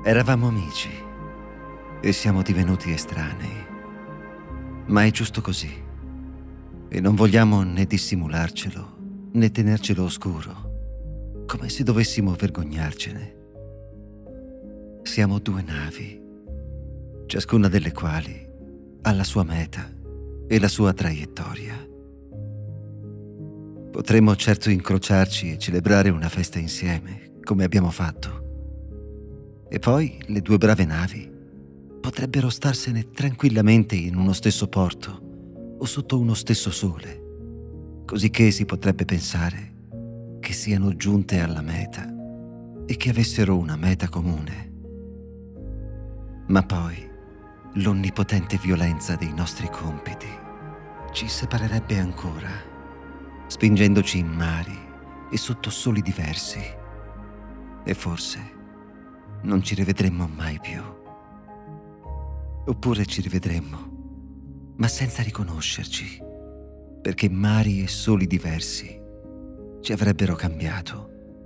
Eravamo amici e siamo divenuti estranei, ma è giusto così e non vogliamo né dissimularcelo né tenercelo oscuro, come se dovessimo vergognarcene. Siamo due navi, ciascuna delle quali ha la sua meta e la sua traiettoria. Potremmo certo incrociarci e celebrare una festa insieme, come abbiamo fatto. E poi le due brave navi potrebbero starsene tranquillamente in uno stesso porto o sotto uno stesso sole, cosicché si potrebbe pensare che siano giunte alla meta e che avessero una meta comune. Ma poi l'onnipotente violenza dei nostri compiti ci separerebbe ancora, spingendoci in mari e sotto soli diversi. E forse non ci rivedremmo mai più. Oppure ci rivedremmo, ma senza riconoscerci, perché mari e soli diversi ci avrebbero cambiato.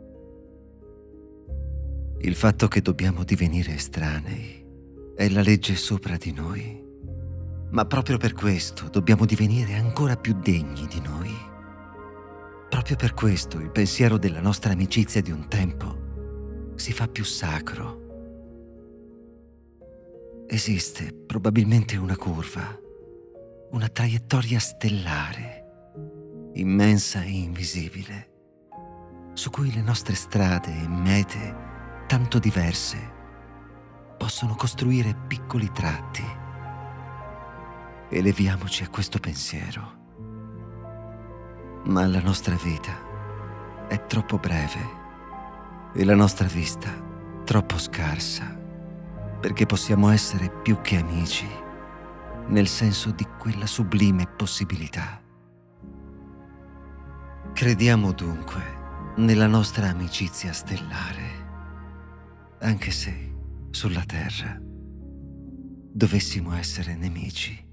Il fatto che dobbiamo divenire estranei è la legge sopra di noi, ma proprio per questo dobbiamo divenire ancora più degni di noi. Proprio per questo il pensiero della nostra amicizia di un tempo si fa più sacro. Esiste probabilmente una curva, una traiettoria stellare, immensa e invisibile, su cui le nostre strade e mete tanto diverse possono costruire piccoli tratti. Eleviamoci a questo pensiero. Ma la nostra vita è troppo breve e la nostra vista troppo scarsa perché possiamo essere più che amici, nel senso di quella sublime possibilità. Crediamo dunque nella nostra amicizia stellare, anche se sulla Terra dovessimo essere nemici.